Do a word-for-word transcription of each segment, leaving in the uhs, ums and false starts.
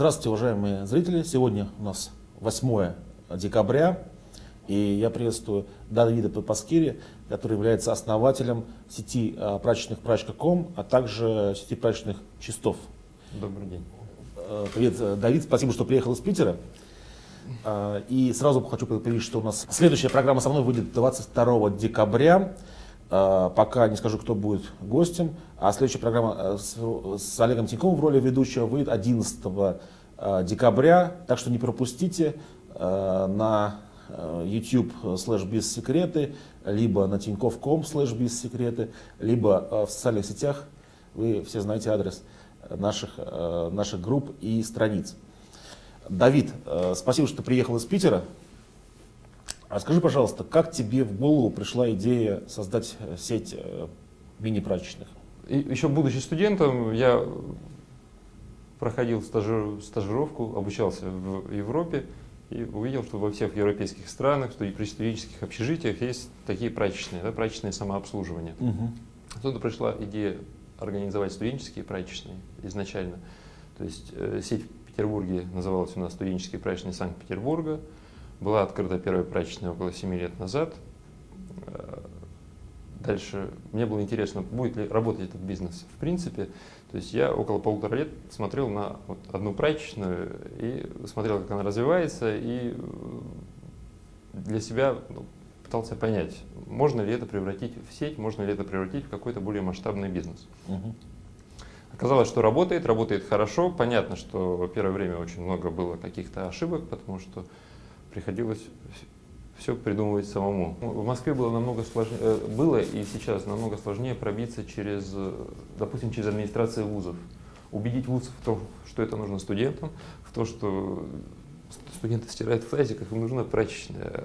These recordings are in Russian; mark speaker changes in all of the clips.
Speaker 1: Здравствуйте, уважаемые зрители. Сегодня у нас восьмое декабря, и я приветствую Давида Папаскири, который является основателем сети прачечных прачка точка ком, а также сети прачечных Чистов.
Speaker 2: Добрый день.
Speaker 1: Привет, Давид, спасибо, что приехал из Питера. И сразу хочу предупредить, что у нас следующая программа со мной выйдет двадцать второго декабря. Пока не скажу, кто будет гостем. А следующая программа с, с Олегом Тиньковым в роли ведущего выйдет одиннадцатого декабря. Так что не пропустите на YouTube слэш бизнес-секреты, либо на тинькофф точка ком слэш бизнес-секреты, либо в социальных сетях. Вы все знаете адрес наших, наших групп и страниц. Давид, спасибо, что ты приехал из Питера. Расскажи, пожалуйста, как тебе в голову пришла идея создать сеть мини-прачечных?
Speaker 2: Еще будучи студентом, я проходил стажи, стажировку, обучался в Европе и увидел, что во всех европейских странах, что и при студенческих общежитиях есть такие прачечные, да, прачечные самообслуживания. Угу. Оттуда пришла идея организовать студенческие прачечные изначально. То есть э, сеть в Петербурге называлась у нас «Студенческие прачечные Санкт-Петербурга». Была открыта первая прачечная около семи лет назад. Дальше мне было интересно, будет ли работать этот бизнес в принципе. То есть я около полутора лет смотрел на вот одну прачечную и смотрел, как она развивается, и для себя ну, пытался понять, можно ли это превратить в сеть, можно ли это превратить в какой-то более масштабный бизнес. Угу. Оказалось, что работает, работает хорошо. Понятно, что в первое время очень много было каких-то ошибок, потому что приходилось все придумывать самому. В Москве было намного сложнее, было и сейчас намного сложнее пробиться через, допустим, через администрации вузов. Убедить вуз в том, что это нужно студентам, в том, что студенты стирают в тазиках, им нужна прачечная.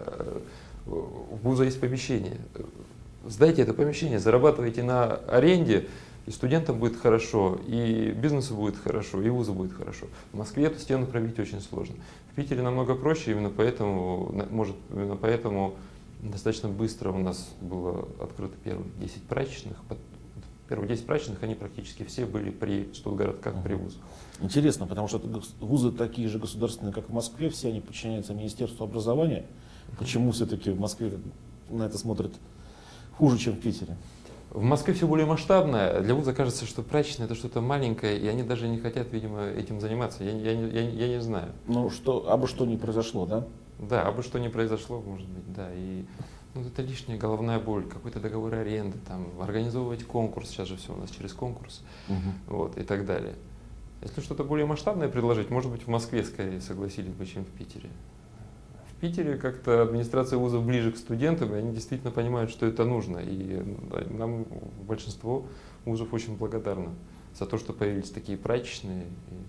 Speaker 2: У вуза есть помещение. Сдайте это помещение, зарабатывайте на аренде, и студентам будет хорошо, и бизнесу будет хорошо, и вузу будет хорошо. В Москве эту стену пробить очень сложно. В Питере намного проще, именно поэтому, может, именно поэтому достаточно быстро у нас было открыто первые десять прачечных. Первые десять прачечных, они практически все были при студгородках, при вузах.
Speaker 1: Интересно, потому что вузы такие же государственные, как в Москве, все они подчиняются Министерству образования. Почему все-таки в Москве на это смотрят хуже, чем в Питере?
Speaker 2: В Москве все более масштабное. Для вуза кажется, что прачечная это что-то маленькое, и они даже не хотят, видимо, этим заниматься. Я, я, я, я не знаю.
Speaker 1: Ну, что, абы что не произошло, да?
Speaker 2: Да, абы что не произошло, может быть, да. И ну, это лишняя головная боль, какой-то договор аренды, там, организовывать конкурс, сейчас же все у нас через конкурс, угу. Вот, и так далее. Если что-то более масштабное предложить, может быть, в Москве скорее согласились бы, чем в Питере. В Питере как-то администрация вузов ближе к студентам, и они действительно понимают, что это нужно. И нам большинство вузов очень благодарны за то, что появились такие прачечные.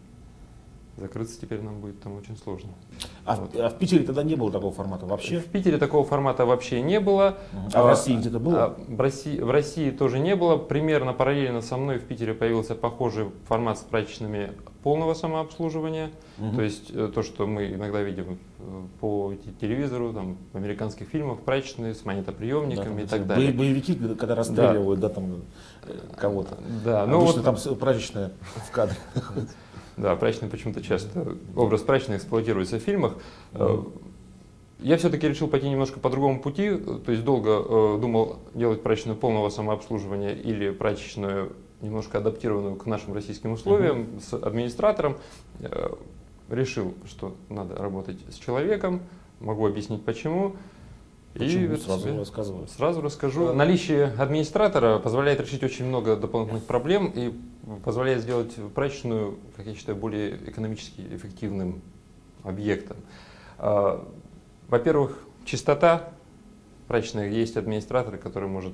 Speaker 2: И закрыться теперь нам будет там очень сложно.
Speaker 1: А, вот. а в Питере тогда не было такого формата вообще?
Speaker 2: В Питере такого формата вообще не было.
Speaker 1: А, а в России где-то было?
Speaker 2: А в, России, в России тоже не было. Примерно параллельно со мной в Питере появился похожий формат с прачечными полного самообслуживания. Угу. То есть то, что мы иногда видим по телевизору, там, в американских фильмах, прачечные с монетоприемниками, да, и так далее.
Speaker 1: Боевики, когда расстреливают, да, да, там кого-то.
Speaker 2: Да,
Speaker 1: ну вот там прачечная в кадре.
Speaker 2: Да, прачечные почему-то часто, образ прачечной эксплуатируется в фильмах. Mm-hmm. Я все-таки решил пойти немножко по другому пути, то есть долго э, думал делать прачечную полного самообслуживания или прачечную, немножко адаптированную к нашим российским условиям, mm-hmm. с администратором. Э, решил, что надо работать с человеком, могу объяснить почему.
Speaker 1: Почему?
Speaker 2: И
Speaker 1: сразу рассказываю.
Speaker 2: Сразу расскажу. Наличие администратора позволяет решить очень много дополнительных проблем и позволяет сделать прачечную, как я считаю, более экономически эффективным объектом. Во-первых, чистота. Прачечная, есть администратор, который может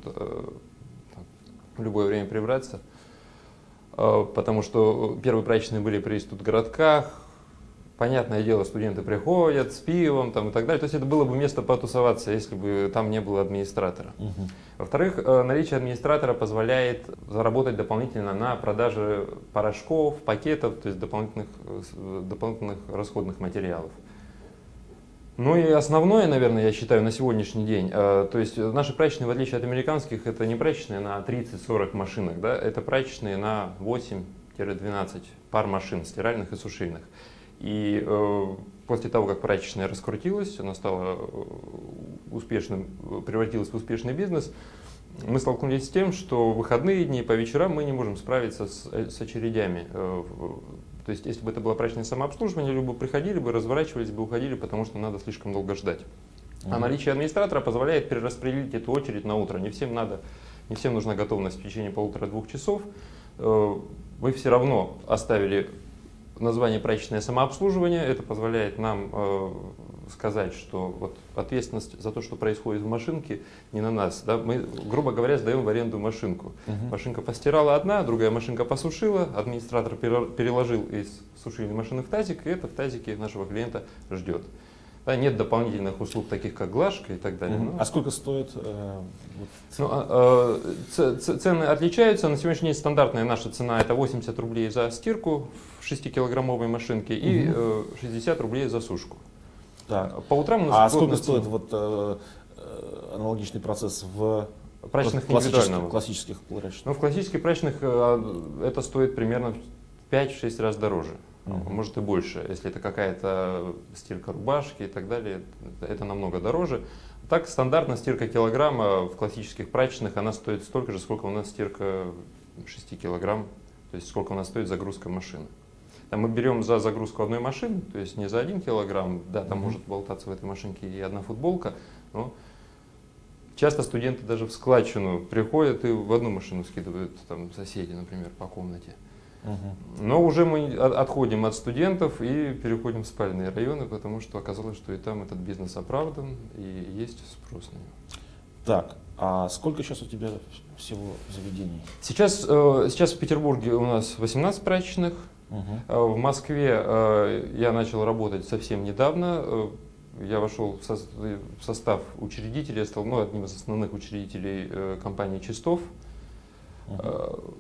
Speaker 2: в любое время прибраться. Потому что первые прачечные были при студгородках. Понятное дело, студенты приходят с пивом там, и так далее. То есть это было бы место потусоваться, если бы там не было администратора. Угу. Во-вторых, наличие администратора позволяет заработать дополнительно на продаже порошков, пакетов, то есть дополнительных, дополнительных расходных материалов. Ну и основное, наверное, я считаю, на сегодняшний день, то есть наши прачечные, в отличие от американских, это не прачечные на тридцать-сорок машинок, да, это прачечные на восемь-двенадцать пар машин, стиральных и сушильных. И э, после того, как прачечная раскрутилась, она стала успешным, превратилась в успешный бизнес, мы столкнулись с тем, что в выходные дни по вечерам мы не можем справиться с, с очередями. То есть, если бы это было прачечное самообслуживание, люди бы приходили бы, разворачивались бы, уходили, потому что надо слишком долго ждать. А наличие администратора позволяет перераспределить эту очередь на утро. Не всем надо, не всем нужна готовность в течение полутора-двух часов. Вы все равно оставили название прачечное самообслуживание. Это позволяет нам э, сказать, что вот ответственность за то, что происходит в машинке, не на нас. Да? Мы, грубо говоря, сдаем в аренду машинку. Uh-huh. Машинка постирала одна, другая машинка посушила, администратор переложил из сушильной машины в тазик, и это в тазике нашего клиента ждет. Да, нет дополнительных услуг, таких как глажка и так далее.
Speaker 1: Uh-huh.
Speaker 2: Ну,
Speaker 1: а сколько стоит? Э, вот.
Speaker 2: ну, а, э, цены отличаются. На сегодняшний день стандартная наша цена это восемьдесят рублей за стирку в шестикилограммовой машинке и uh-huh. э, шестьдесят рублей за сушку.
Speaker 1: Так.
Speaker 2: По утрам у нас
Speaker 1: а сколько стоит вот, э, аналогичный процесс в
Speaker 2: прачечных
Speaker 1: классических, классических прачечных?
Speaker 2: Ну, в классических прачечных э, это стоит примерно пять-шесть раз дороже. Uh-huh. Может и больше, если это какая-то стирка рубашки и так далее, это намного дороже. Так, стандартная стирка килограмма в классических прачечных, она стоит столько же, сколько у нас стирка шесть килограмм, то есть сколько у нас стоит загрузка машины. Там мы берем за загрузку одной машины, то есть не за один килограмм, да, там uh-huh. может болтаться в этой машинке и одна футболка, но часто студенты даже в складчину приходят и в одну машину скидывают там соседи, например, по комнате. Uh-huh. Но уже мы отходим от студентов и переходим в спальные районы, потому что оказалось, что и там этот бизнес оправдан и есть спрос на него.
Speaker 1: Так, а сколько сейчас у тебя всего заведений?
Speaker 2: Сейчас, э, сейчас в Петербурге у нас восемнадцать прачечных. Uh-huh. В Москве э, я начал работать совсем недавно. Я вошел в, со в состав учредителей, я стал ну, одним из основных учредителей э, компании Чистов. Uh-huh.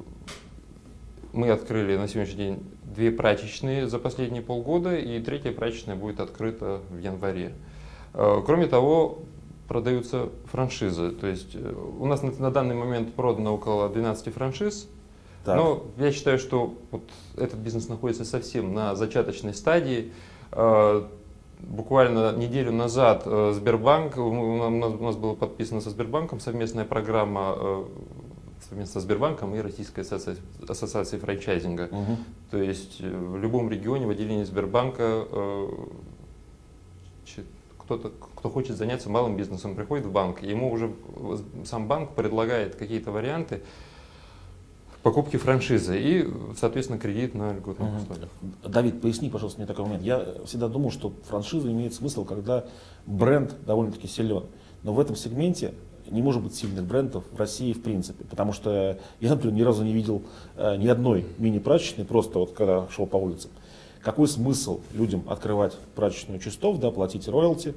Speaker 2: Мы открыли на сегодняшний день две прачечные за последние полгода, и третья прачечная будет открыта в январе. Кроме того, продаются франшизы. То есть у нас на данный момент продано около двенадцати франшиз. Так. Но я считаю, что вот этот бизнес находится совсем на зачаточной стадии. Буквально неделю назад Сбербанк, у нас была подписана со Сбербанком совместная программа совместно с Сбербанком и Российской ассоциацией, ассоциацией франчайзинга. Uh-huh. То есть в любом регионе в отделении Сбербанка э, кто-то, кто хочет заняться малым бизнесом, приходит в банк, ему уже сам банк предлагает какие-то варианты покупки франшизы и, соответственно, кредит на льготных uh-huh. условиях.
Speaker 1: Давид, поясни, пожалуйста, мне такой момент. Я всегда думал, что франшиза имеет смысл, когда бренд довольно-таки силен. Но в этом сегменте не может быть сильных брендов в России в принципе, потому что я, например, ни разу не видел э, ни одной мини-прачечной, просто вот когда шел по улице. Какой смысл людям открывать прачечную Чистов, да, платить роялти,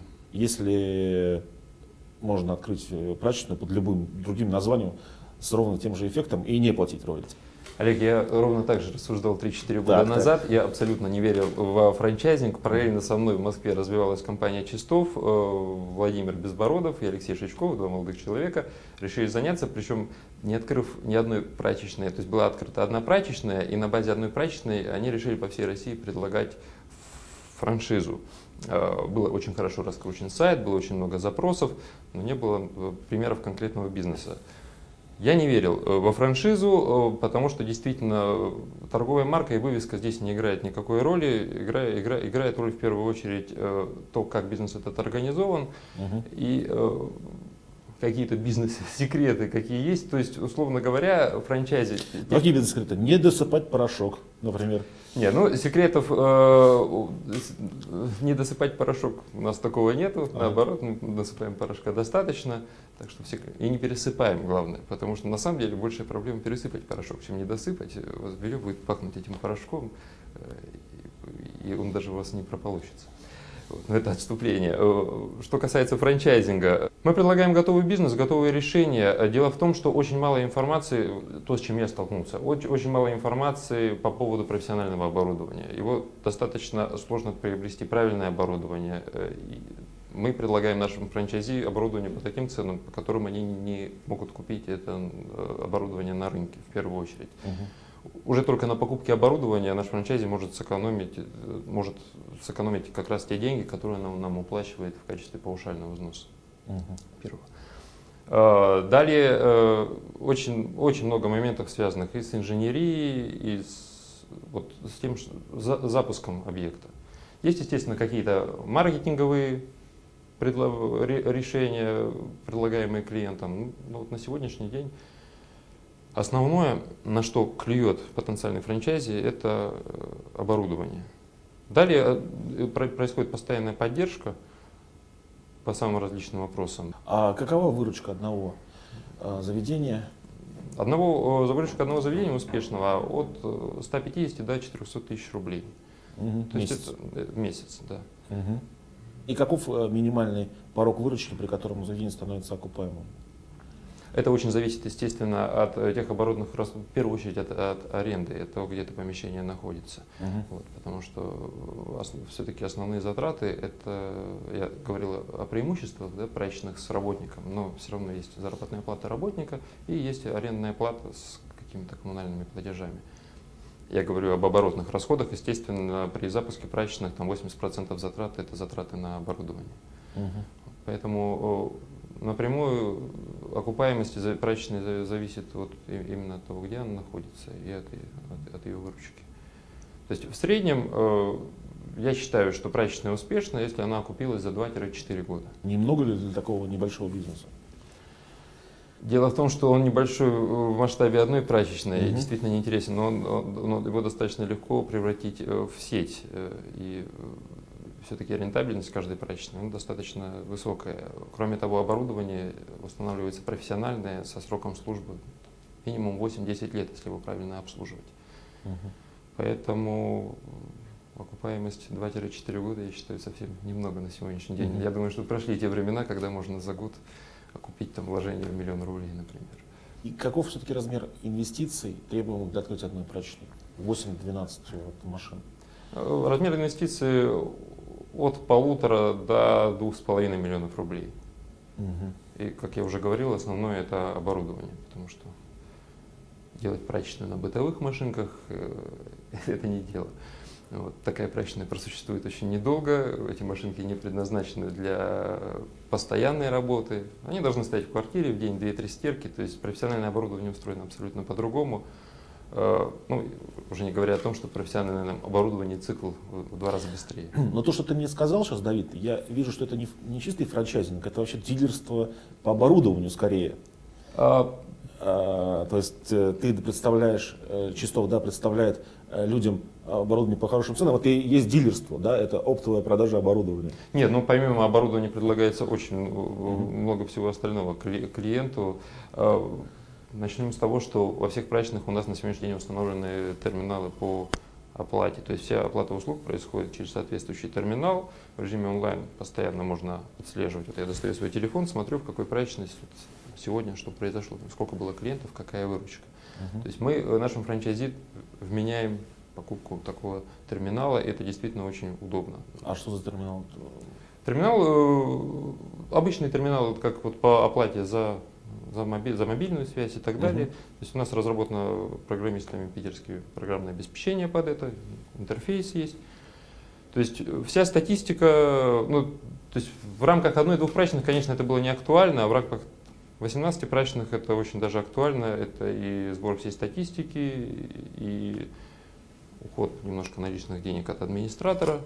Speaker 1: если можно открыть прачечную под любым другим названием с ровно тем же эффектом и не платить роялти?
Speaker 2: Олег, я ровно так же рассуждал три-четыре года так, назад. Так. Я абсолютно не верил в франчайзинг. Параллельно со мной в Москве развивалась компания Чистов. Владимир Безбородов и Алексей Шичков, два молодых человека, решили заняться, причем не открыв ни одной прачечной. То есть была открыта одна прачечная, и на базе одной прачечной они решили по всей России предлагать франшизу. Был очень хорошо раскручен сайт, было очень много запросов, но не было примеров конкретного бизнеса. Я не верил во франшизу, потому что действительно торговая марка и вывеска здесь не играет никакой роли. Играет, игра, играет роль в первую очередь то, как бизнес этот организован, uh-huh. и э, какие-то бизнес-секреты, какие есть. То есть, условно говоря, франчайзи...
Speaker 1: Какие бизнес-секреты? Не досыпать порошок, например.
Speaker 2: Не, ну секретов э, не досыпать порошок у нас такого нету, ага. Наоборот, мы досыпаем порошка достаточно, так что все, и не пересыпаем, главное, потому что на самом деле большая проблема пересыпать порошок, чем не досыпать. У вас белье будет пахнуть этим порошком, э, и он даже у вас не прополощется. Но это отступление. Что касается франчайзинга, мы предлагаем готовый бизнес, готовые решения. Дело в том, что очень мало информации, то, с чем я столкнулся, очень, очень мало информации по поводу профессионального оборудования. Его достаточно сложно приобрести правильное оборудование. Мы предлагаем нашим франчайзи оборудование по таким ценам, по которым они не могут купить это оборудование на рынке в первую очередь. Uh-huh. уже только на покупке оборудования наш франчайзи может сэкономить, может сэкономить как раз те деньги, которые нам, нам уплачивает в качестве паушального взноса.
Speaker 1: Угу.
Speaker 2: Первого. Далее очень, очень много моментов, связанных и с инженерией, и с, вот, с тем, что, за, запуском объекта. Есть, естественно, какие-то маркетинговые предло, решения, предлагаемые клиентам. Ну, вот на сегодняшний день основное, на что клюет потенциальный франчайзи, это оборудование. Далее происходит постоянная поддержка по самым различным вопросам.
Speaker 1: А какова выручка одного э, заведения?
Speaker 2: Одного, выручка одного заведения успешного от ста пятидесяти до четырехсот тысяч рублей.
Speaker 1: Угу.
Speaker 2: То
Speaker 1: месяц.
Speaker 2: есть это месяц, да.
Speaker 1: Угу. И каков э, минимальный порог выручки, при котором заведение становится окупаемым?
Speaker 2: Это очень зависит, естественно, от тех оборудованных расходов, в первую очередь от, от аренды, от того, где это помещение находится.
Speaker 1: Uh-huh.
Speaker 2: Вот, потому что основ, все-таки основные затраты, это, я говорил о преимуществах, да, прачечных с работником, но все равно есть заработная плата работника и есть арендная плата с какими-то коммунальными платежами. Я говорю об оборотных расходах, естественно, при запуске прачечных там восемьдесят процентов затрат это затраты на оборудование. Uh-huh. Поэтому напрямую окупаемость прачечной зависит от, именно от того, где она находится, и от, от, от ее выручки. То есть в среднем э, я считаю, что прачечная успешна, если она окупилась за два-четыре года.
Speaker 1: Немного ли для такого небольшого бизнеса?
Speaker 2: Дело в том, что он небольшой в масштабе одной прачечной,
Speaker 1: Mm-hmm.
Speaker 2: действительно неинтересен, но он, он, он, его достаточно легко превратить в сеть. И все-таки рентабельность каждой прачечной достаточно высокая. Кроме того, оборудование устанавливается профессиональное, со сроком службы минимум восемь-десять лет, если его правильно обслуживать.
Speaker 1: Uh-huh.
Speaker 2: Поэтому окупаемость два-четыре года, я считаю, совсем немного на сегодняшний день. Uh-huh. Я думаю, что прошли те времена, когда можно за год окупить там вложение в миллион рублей, например.
Speaker 1: И каков все-таки размер инвестиций, требуемых для открытия одной прачечной? восемь-двенадцать вот, машин.
Speaker 2: Размер инвестиций от полутора до двух с половиной миллионов рублей.
Speaker 1: Угу.
Speaker 2: И, как я уже говорил, основное это оборудование, потому что делать прачечную на бытовых машинках это не дело. Вот, такая прачечная просуществует очень недолго, эти машинки не предназначены для постоянной работы, они должны стоять в квартире в день две-три стирки, то есть профессиональное оборудование устроено абсолютно по-другому. Ну, уже не говоря о том, что профессиональное оборудование цикл в два раза быстрее.
Speaker 1: Но то, что ты мне сказал сейчас, Давид, я вижу, что это не, не чистый франчайзинг, это вообще дилерство по оборудованию скорее. А, а, то есть ты представляешь, Чистов, да, представляет людям оборудование по хорошим ценам, вот и есть дилерство, да, это оптовая продажа оборудования.
Speaker 2: Нет, ну помимо оборудования предлагается очень mm-hmm. много всего остального клиенту. Начнем с того, что во всех прачечных у нас на сегодняшний день установлены терминалы по оплате. То есть вся оплата услуг происходит через соответствующий терминал. В режиме онлайн постоянно можно отслеживать. Вот я достаю свой телефон, смотрю, в какой прачечной сегодня что произошло, сколько было клиентов, какая выручка. Uh-huh. То есть мы нашим франчайзи вменяем покупку такого терминала, и это действительно очень удобно.
Speaker 1: А что за терминал?
Speaker 2: Терминал, обычный терминал, как вот по оплате за За, моби- за мобильную связь и так далее. Uh-huh. То есть у нас разработано программистами питерское программное обеспечение под это, интерфейс есть. То есть вся статистика, ну, то есть в рамках одной-двух прачечных, конечно, это было не актуально, а в рамках восемнадцати прачечных это очень даже актуально. Это и сбор всей статистики, и уход немножко наличных денег от администратора.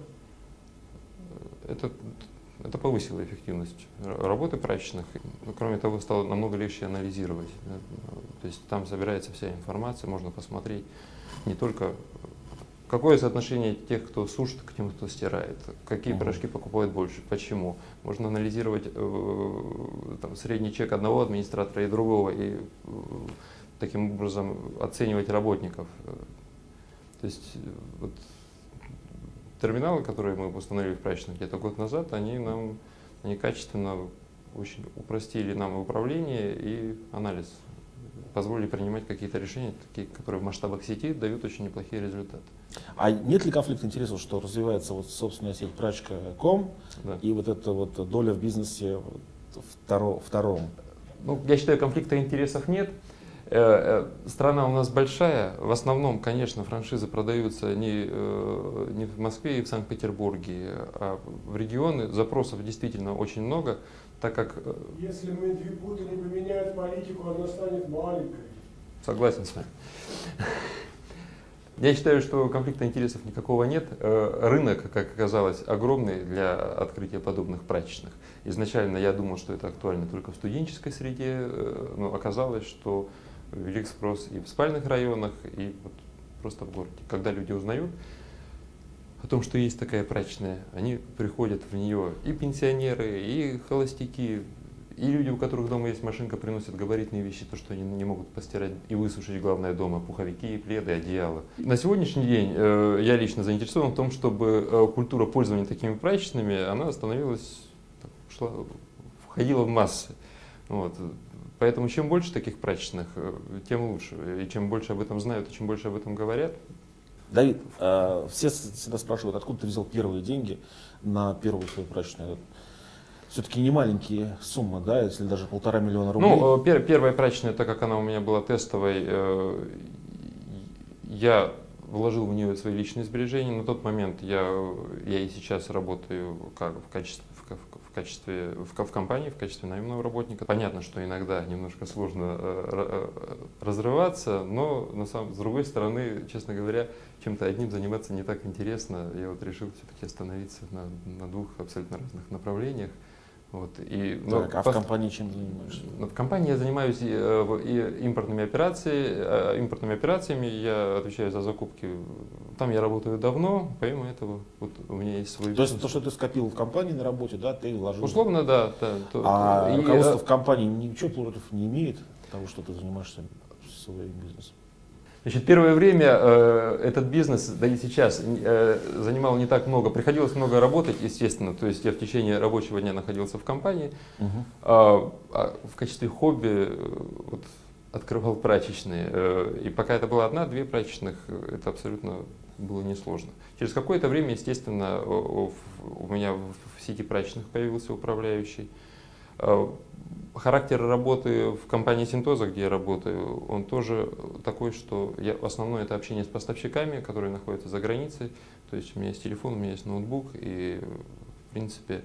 Speaker 2: Это Это повысило эффективность работы прачечных. Кроме того, стало намного легче анализировать. То есть там собирается вся информация, можно посмотреть не только какое соотношение тех, кто сушит, к тем, кто стирает, какие uh-huh. порошки покупают больше, почему. Можно анализировать там, средний чек одного администратора и другого, и таким образом оценивать работников. То есть вот, терминалы, которые мы установили в прачечных где-то год назад, они нам они качественно очень упростили нам управление и анализ, позволили принимать какие-то решения, такие, которые в масштабах сети дают очень неплохие результаты.
Speaker 1: А нет ли конфликта интересов, что развивается вот собственная сеть прачка точка ком, да, и вот эта вот доля в бизнесе второ, втором?
Speaker 2: Ну, я считаю, конфликта интересов нет. Страна у нас большая, в основном, конечно, франшизы продаются не, не в Москве и в Санкт-Петербурге, а в регионы. Запросов действительно очень много, так как...
Speaker 3: Если Медвипуты не поменяют политику, она станет маленькой.
Speaker 2: Согласен с вами. Я считаю, что конфликта интересов никакого нет. Рынок, как оказалось, огромный для открытия подобных прачечных. Изначально я думал, что это актуально только в студенческой среде, но оказалось, что велик спрос и в спальных районах, и вот просто в городе. Когда люди узнают о том, что есть такая прачечная, они приходят в нее и пенсионеры, и холостяки, и люди, у которых дома есть машинка, приносят габаритные вещи, то, что они не могут постирать и высушить, главное, дома, пуховики, пледы, одеяла. На сегодняшний день э, я лично заинтересован в том, чтобы э, культура пользования такими прачечными, она становилась, шла, входила в массы. Вот. Поэтому чем больше таких прачечных, тем лучше. И чем больше об этом знают, и чем больше об этом говорят.
Speaker 1: Давид, э, все всегда спрашивают, откуда ты взял первые деньги на первую свою прачечную? Все-таки не маленькие суммы, да, если даже полтора миллиона рублей.
Speaker 2: Ну, пер, первая прачечная, так как она у меня была тестовой, э, я вложил в нее свои личные сбережения. На тот момент я, я и сейчас работаю как в качестве, в, в качестве в, в компании, в качестве наемного работника. Понятно, что иногда немножко сложно э, разрываться, но на самом, с другой стороны, честно говоря, чем-то одним заниматься не так интересно. Я вот решил все-таки остановиться на, на двух абсолютно разных направлениях. Вот, и,
Speaker 1: так,
Speaker 2: но,
Speaker 1: а в компании чем занимаешься?
Speaker 2: В компании я занимаюсь и, и импортными, операциями, импортными операциями, я отвечаю за закупки. Там я работаю давно, помимо этого вот у меня есть свой
Speaker 1: бизнес.
Speaker 2: То
Speaker 1: есть то, что ты скопил в компании на работе, да, ты вложил?
Speaker 2: Условно, да. да то,
Speaker 1: а
Speaker 2: и,
Speaker 1: руководство в компании ничего против не имеет того, что ты занимаешься своим бизнесом?
Speaker 2: Значит, первое время э, этот бизнес, да и сейчас, э, занимал не так много. Приходилось много работать, естественно. То есть я в течение рабочего дня находился в компании.
Speaker 1: Угу.
Speaker 2: А, а в качестве хобби э, вот, открывал прачечные. Э, и пока это была одна-две прачечных, это абсолютно было несложно. Через какое-то время, естественно, у, у меня в сети прачечных появился управляющий. Характер работы в компании Синтоза, где я работаю, он тоже такой, что я, основное это общение с поставщиками, которые находятся за границей. То есть у меня есть телефон, у меня есть ноутбук, и в принципе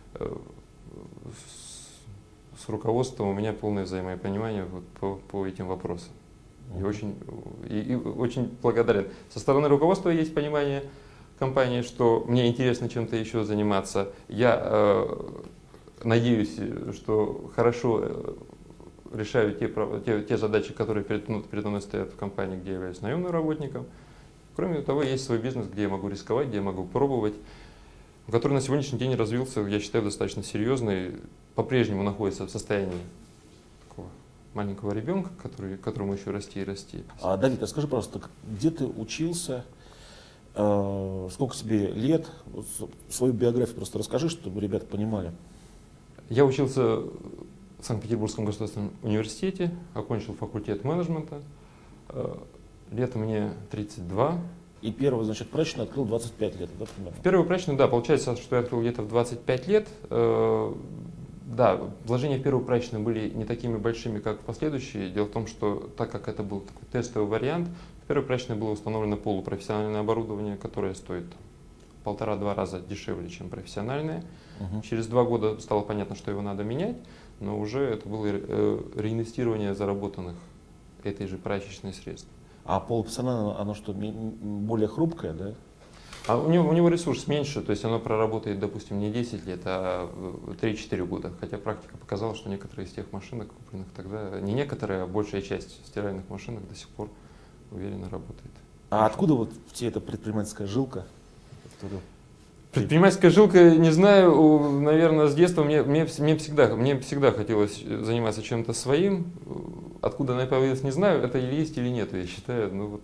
Speaker 2: с, с руководством у меня полное взаимопонимание вот по, по этим вопросам. И очень, и, и очень благодарен. Со стороны руководства есть понимание компании, что мне интересно чем-то еще заниматься. Я э, надеюсь, что хорошо решаю те, те, те задачи, которые передо, передо мной стоят в компании, где я являюсь наемным работником. Кроме того, есть свой бизнес, где я могу рисковать, где я могу пробовать, который на сегодняшний день развился, я считаю, достаточно серьезный, по-прежнему находится в состоянии такого маленького ребенка, который, которому еще расти и расти.
Speaker 1: А, Давид, а скажи, пожалуйста, где ты учился, э, сколько тебе лет, вот, свою биографию просто расскажи, чтобы ребята понимали.
Speaker 2: Я учился в Санкт-Петербургском государственном университете, окончил факультет менеджмента. Лет мне тридцать два.
Speaker 1: И первый, значит, прачечную открыл двадцать пять лет, да, примерно?
Speaker 2: Первую прачечную, да, получается, что я открыл где-то в двадцать пять лет. Да, вложения в первую прачечную были не такими большими, как в последующие. Дело в том, что так как это был такой тестовый вариант, в первой прачечной было установлено полупрофессиональное оборудование, которое стоит полтора-два раза дешевле, чем профессиональное. Угу. Через два года стало понятно, что его надо менять, но уже это было реинвестирование заработанных этой же прачечной средств.
Speaker 1: А полупрофессиональное, оно что, более хрупкое, да?
Speaker 2: А у него, у него ресурс меньше, то есть оно проработает, допустим, не десять лет, а три-четыре года. Хотя практика показала, что некоторые из тех машинок, купленных тогда, не некоторые, а большая часть стиральных машинок до сих пор уверенно работает.
Speaker 1: А откуда вот в тебе эта предпринимательская жилка?
Speaker 2: Предпринимательская жилка, не знаю, наверное, с детства мне, мне, мне, всегда, мне всегда хотелось заниматься чем-то своим. Откуда она появилась, не знаю, это или есть, или нет, я считаю, ну вот.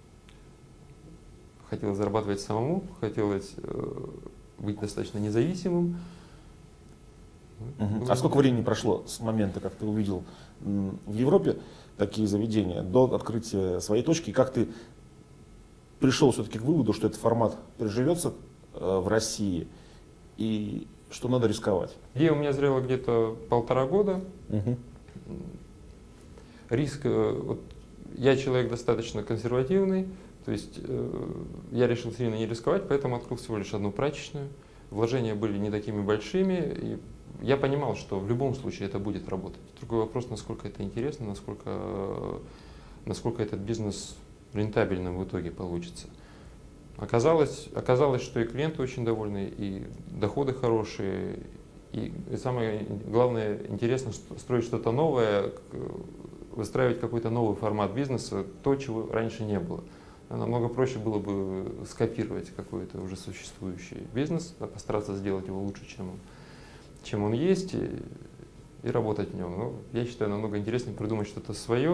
Speaker 2: Хотелось зарабатывать самому, хотелось э, быть достаточно независимым.
Speaker 1: Угу. А сколько времени прошло с момента, как ты увидел в Европе такие заведения, до открытия своей точки, и как ты пришел все-таки к выводу, что этот формат приживется э, в России и что надо рисковать?
Speaker 2: Идея у меня зрела где-то полтора года.
Speaker 1: Угу.
Speaker 2: Риск, э, вот, я человек достаточно консервативный, то есть э, я решил сильно не рисковать, поэтому открыл всего лишь одну прачечную. Вложения были не такими большими, и я понимал, что в любом случае это будет работать. Другой вопрос, насколько это интересно, насколько, насколько этот бизнес рентабельным в итоге получится. Оказалось, оказалось, что и клиенты очень довольны, и доходы хорошие, и, и самое главное, интересно строить что-то новое, выстраивать какой-то новый формат бизнеса, то, чего раньше не было. Намного проще было бы скопировать какой-то уже существующий бизнес, постараться сделать его лучше, чем, чем он есть, и, и работать в нем. Но я считаю, намного интереснее придумать что-то свое.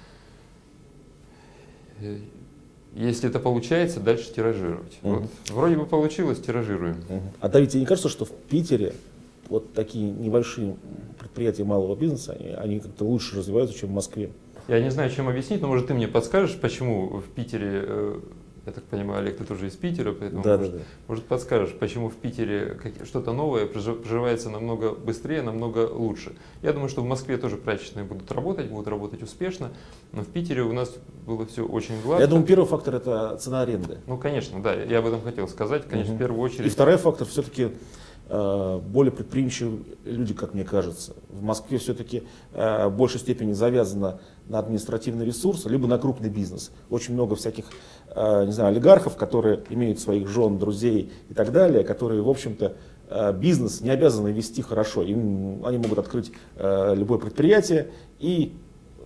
Speaker 2: Если это получается, дальше тиражировать. Uh-huh. Вот, вроде бы получилось, тиражируем.
Speaker 1: Uh-huh. А Давид, тебе не кажется, что в Питере вот такие небольшие предприятия малого бизнеса, они, они как-то лучше развиваются, чем в Москве?
Speaker 2: Я не знаю, чем объяснить, но может ты мне подскажешь, почему в Питере, э, я так понимаю, Олег, ты тоже из Питера, поэтому
Speaker 1: да,
Speaker 2: может,
Speaker 1: да, да.
Speaker 2: может подскажешь, почему в Питере что-то новое проживается намного быстрее, намного лучше. Я думаю, что в Москве тоже прачечные будут работать, будут работать успешно, но в Питере у нас было все очень гладко.
Speaker 1: Я думаю, первый фактор — это цена аренды.
Speaker 2: Ну, конечно, да, я об этом хотел сказать, конечно, угу. в первую очередь.
Speaker 1: И второй фактор все-таки э, более предприимчивые люди, как мне кажется. В Москве все-таки э, в большей степени завязано на административный ресурс, либо на крупный бизнес. Очень много всяких, э, не знаю, олигархов, которые имеют своих жен, друзей и так далее, которые, в общем-то, э, бизнес не обязаны вести хорошо. Им, они могут открыть э, любое предприятие и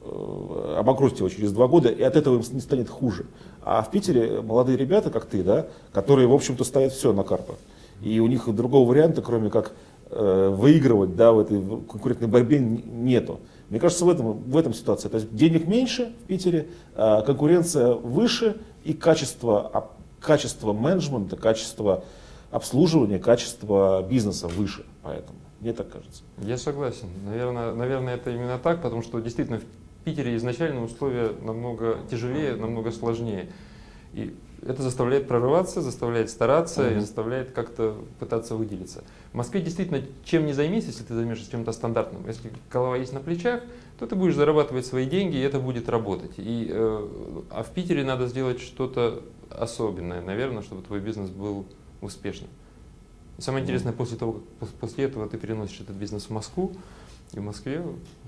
Speaker 1: э, обанкротить его через два года, и от этого им не станет хуже. А в Питере молодые ребята, как ты, да, которые, в общем-то, ставят все на карту. И у них другого варианта, кроме как э, выигрывать, да, в этой конкурентной борьбе, нету. Мне кажется, в этом, в этом ситуация. То есть денег меньше в Питере, э, конкуренция выше, и качество, качество менеджмента, качество обслуживания, качество бизнеса выше. Поэтому мне так кажется.
Speaker 2: Я согласен. Наверное, наверное, это именно так, потому что действительно в Питере изначально условия намного тяжелее, намного сложнее. И это заставляет прорываться, заставляет стараться mm-hmm. и заставляет как-то пытаться выделиться. В Москве действительно, чем не займись, если ты займешься чем-то стандартным, если голова есть на плечах, то ты будешь зарабатывать свои деньги, и это будет работать. И, э, а в Питере надо сделать что-то особенное, наверное, чтобы твой бизнес был успешным. И самое mm-hmm. интересное, после того, как после этого ты переносишь этот бизнес в Москву, и в Москве...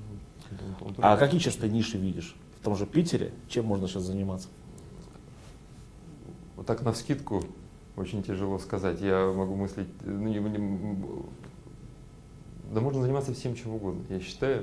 Speaker 2: Он, он
Speaker 1: а какие часто ниши видишь в том же Питере? Чем можно сейчас заниматься?
Speaker 2: Вот так навскидку очень тяжело сказать. Я могу мыслить, ну, не, не, да можно заниматься всем чем угодно. Я считаю,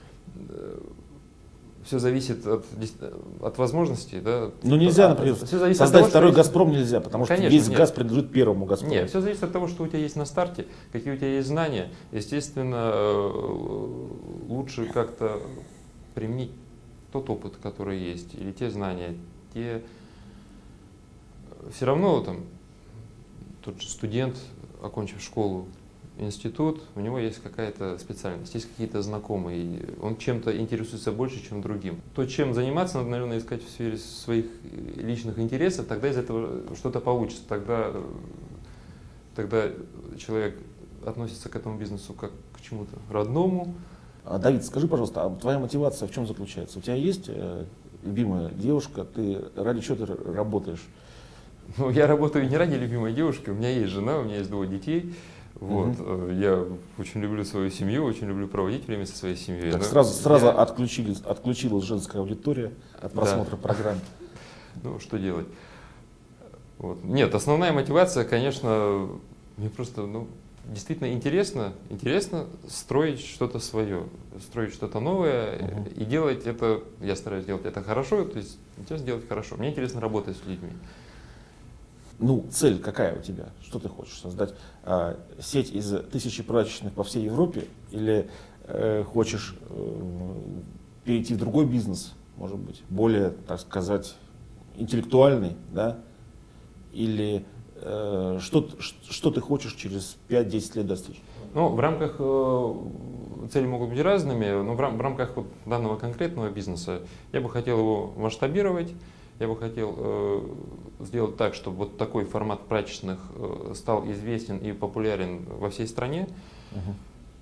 Speaker 2: все зависит от, от возможностей. Да,
Speaker 1: ну нельзя, например, создать от того, второй «Газпром» нельзя, потому что
Speaker 2: конечно,
Speaker 1: весь
Speaker 2: нет.
Speaker 1: газ принадлежит первому «Газпрому».
Speaker 2: Нет, все зависит от того, что у тебя есть на старте, какие у тебя есть знания. Естественно, лучше как-то применить тот опыт, который есть, или те знания, те... Все равно там тот же студент, окончив школу, институт, у него есть какая-то специальность, есть какие-то знакомые, он чем-то интересуется больше, чем другим. То, чем заниматься, надо, наверное, искать в сфере своих личных интересов, тогда из этого что-то получится, тогда, тогда человек относится к этому бизнесу как к чему-то родному.
Speaker 1: Давид, скажи, пожалуйста, а твоя мотивация в чем заключается? У тебя есть э, любимая девушка, ты ради чего ты работаешь?
Speaker 2: Ну, я работаю не ради любимой девушки, у меня есть жена, у меня есть двое детей. Вот. Uh-huh. Я очень люблю свою семью, очень люблю проводить время со своей семьей.
Speaker 1: Так сразу, сразу я... отключились, отключилась женская аудитория от просмотра да. программ.
Speaker 2: Ну, что делать? Вот. Нет, основная мотивация, конечно, мне просто ну, действительно интересно, интересно строить что-то свое, строить что-то новое uh-huh. и делать это, я стараюсь делать это хорошо, то есть интересно делать хорошо. Мне интересно работать с людьми.
Speaker 1: Ну, цель какая у тебя? Что ты хочешь? Создать а, сеть из тысячи прачечных по всей Европе? Или э, хочешь э, перейти в другой бизнес, может быть, более, так сказать, интеллектуальный, да? Или э, что, что ты хочешь через пять-десять лет достичь?
Speaker 2: Ну, в рамках, э, цели могут быть разными, но в, рам, в рамках вот данного конкретного бизнеса я бы хотел его масштабировать. Я бы хотел э, сделать так, чтобы вот такой формат прачечных э, стал известен и популярен во всей стране. Uh-huh.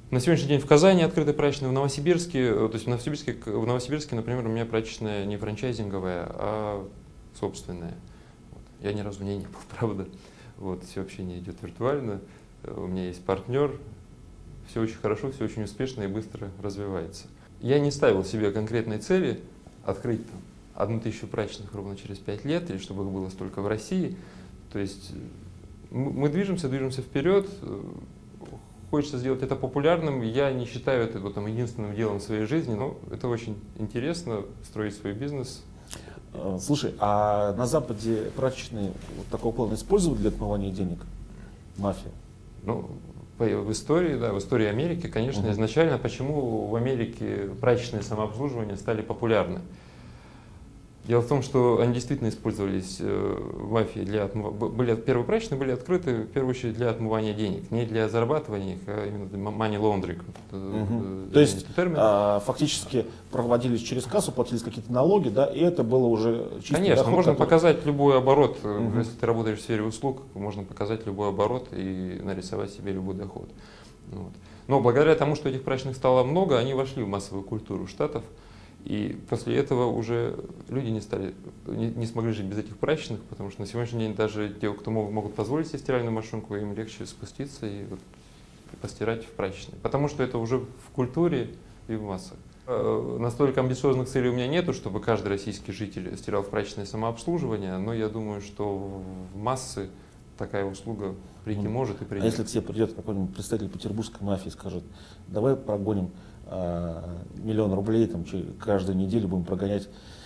Speaker 2: На сегодняшний день в Казани открыты прачечные, в Новосибирске, то есть в Новосибирске, в Новосибирске, например, у меня прачечная не франчайзинговая, а собственная. Вот. Я ни разу в ней не был, правда. Вот, все общение идет виртуально, у меня есть партнер, все очень хорошо, все очень успешно и быстро развивается. Я не ставил себе конкретной цели открыть там одну тысячу прачечных ровно через пять лет, или чтобы их было столько в России. То есть мы движемся, движемся вперед. Хочется сделать это популярным. Я не считаю это вот, там, единственным делом в своей жизни, но это очень интересно, строить свой бизнес.
Speaker 1: Слушай, а на Западе прачечные вот такого плана используют для отмывания денег? Мафия?
Speaker 2: Ну, в истории, да, в истории Америки, конечно, uh-huh. изначально, почему в Америке прачечные самообслуживания стали популярны? Дело в том, что они действительно использовались в мафии для отмывания. Были, первые прачечные были открыты в первую очередь для отмывания денег, не для зарабатывания их, а именно money laundering.
Speaker 1: Угу. То есть а, фактически проводились через кассу, платились какие-то налоги, да, и это было уже чистый
Speaker 2: Конечно,
Speaker 1: доход,
Speaker 2: можно
Speaker 1: который...
Speaker 2: показать любой оборот.
Speaker 1: Угу.
Speaker 2: Если ты работаешь в сфере услуг, можно показать любой оборот и нарисовать себе любой доход. Вот. Но благодаря тому, что этих прачечных стало много, они вошли в массовую культуру Штатов. И после этого уже люди не, стали, не, не смогли жить без этих прачечных, потому что на сегодняшний день даже те, кто могут, могут позволить себе стиральную машинку, им легче спуститься и вот постирать в прачечной. Потому что это уже в культуре и в массах. Э, настолько амбициозных целей у меня нету, чтобы каждый российский житель стирал в прачечное самообслуживание, но я думаю, что в массы такая услуга прийти mm. может и придет.
Speaker 1: А если к тебе придет какой-нибудь представитель петербургской мафии и скажет, давай прогоним миллион рублей там, каждую неделю будем прогонять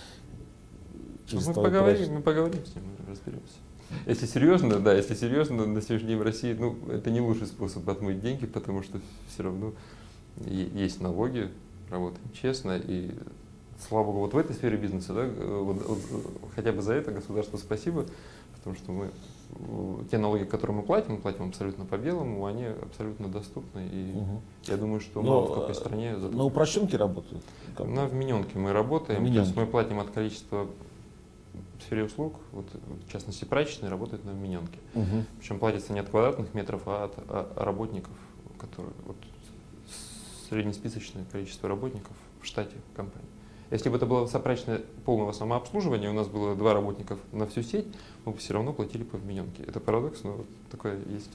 Speaker 1: через
Speaker 2: мы поговорим, мы поговорим с ним, разберемся. Если серьезно, да, если серьезно, на сегодняшний день в России, ну, это не лучший способ отмыть деньги, потому что все равно есть налоги, работаем честно, и слава богу, вот в этой сфере бизнеса, да, вот, вот, хотя бы за это государству спасибо, потому что мы те налоги, которые мы платим, мы платим абсолютно по белому, они абсолютно доступны. И угу. я думаю, что
Speaker 1: но,
Speaker 2: мало в какой стране... Зато...
Speaker 1: На упрощенке работают?
Speaker 2: На вмененке мы работаем.
Speaker 1: Вмененке.
Speaker 2: То есть мы платим от количества в сфере услуг, вот, в частности прачечные работают на вмененке.
Speaker 1: Угу.
Speaker 2: Причем платится не от квадратных метров, а от а работников, которые... Вот, среднесписочное количество работников в штате компании. Если бы это было прачечное полного самообслуживания, у нас было два работника на всю сеть, мы бы все равно платили по вмененке. Это парадокс, но вот такое есть.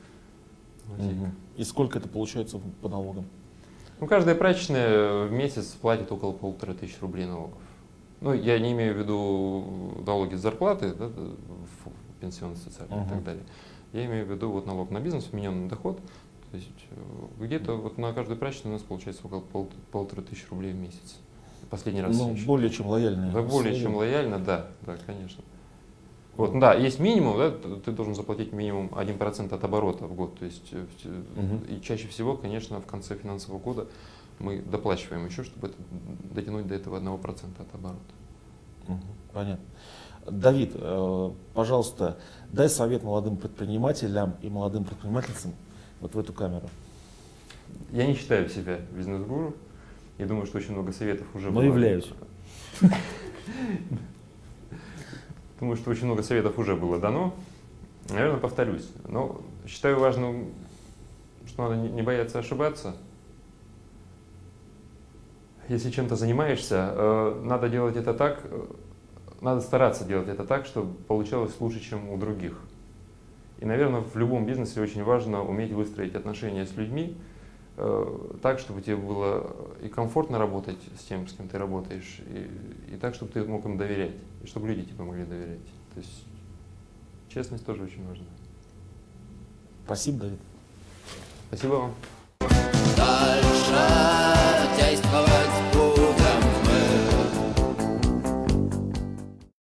Speaker 1: Угу. И сколько это получается по налогам?
Speaker 2: Ну, каждая прачечная в месяц платит около полутора тысяч рублей налогов. Ну, я не имею в виду налоги с зарплаты, да, пенсионный, социальный угу. и так далее. Я имею в виду вот налог на бизнес, вмененный доход. То есть где-то вот на каждую прачечную у нас получается около пол, полутора тысяч рублей в месяц. Последний раз.
Speaker 1: Ну, более чем лояльно.
Speaker 2: Да, более чем лояльно, да, да, конечно. Вот, да, есть минимум, да, ты должен заплатить минимум один процент от оборота в год. То есть, угу. И чаще всего, конечно, в конце финансового года мы доплачиваем еще, чтобы это, дотянуть до этого одного процента от оборота.
Speaker 1: Угу. Понятно. Давид, э, пожалуйста, дай совет молодым предпринимателям и молодым предпринимательницам вот в эту камеру.
Speaker 2: Я не считаю себя бизнес-гуру. Я думаю, что очень много советов уже
Speaker 1: Но
Speaker 2: было.
Speaker 1: являюсь.
Speaker 2: Думаю, что очень много советов уже было дано. Наверное, повторюсь. Но считаю важным, что надо не бояться ошибаться. Если чем-то занимаешься, надо делать это так, надо стараться делать это так, чтобы получалось лучше, чем у других. И, наверное, в любом бизнесе очень важно уметь выстроить отношения с людьми так, чтобы тебе было и комфортно работать с тем, с кем ты работаешь, и, и так, чтобы ты мог им доверять, и чтобы люди тебе могли доверять. То есть честность тоже очень важна.
Speaker 1: Спасибо, Давид.
Speaker 2: Спасибо вам.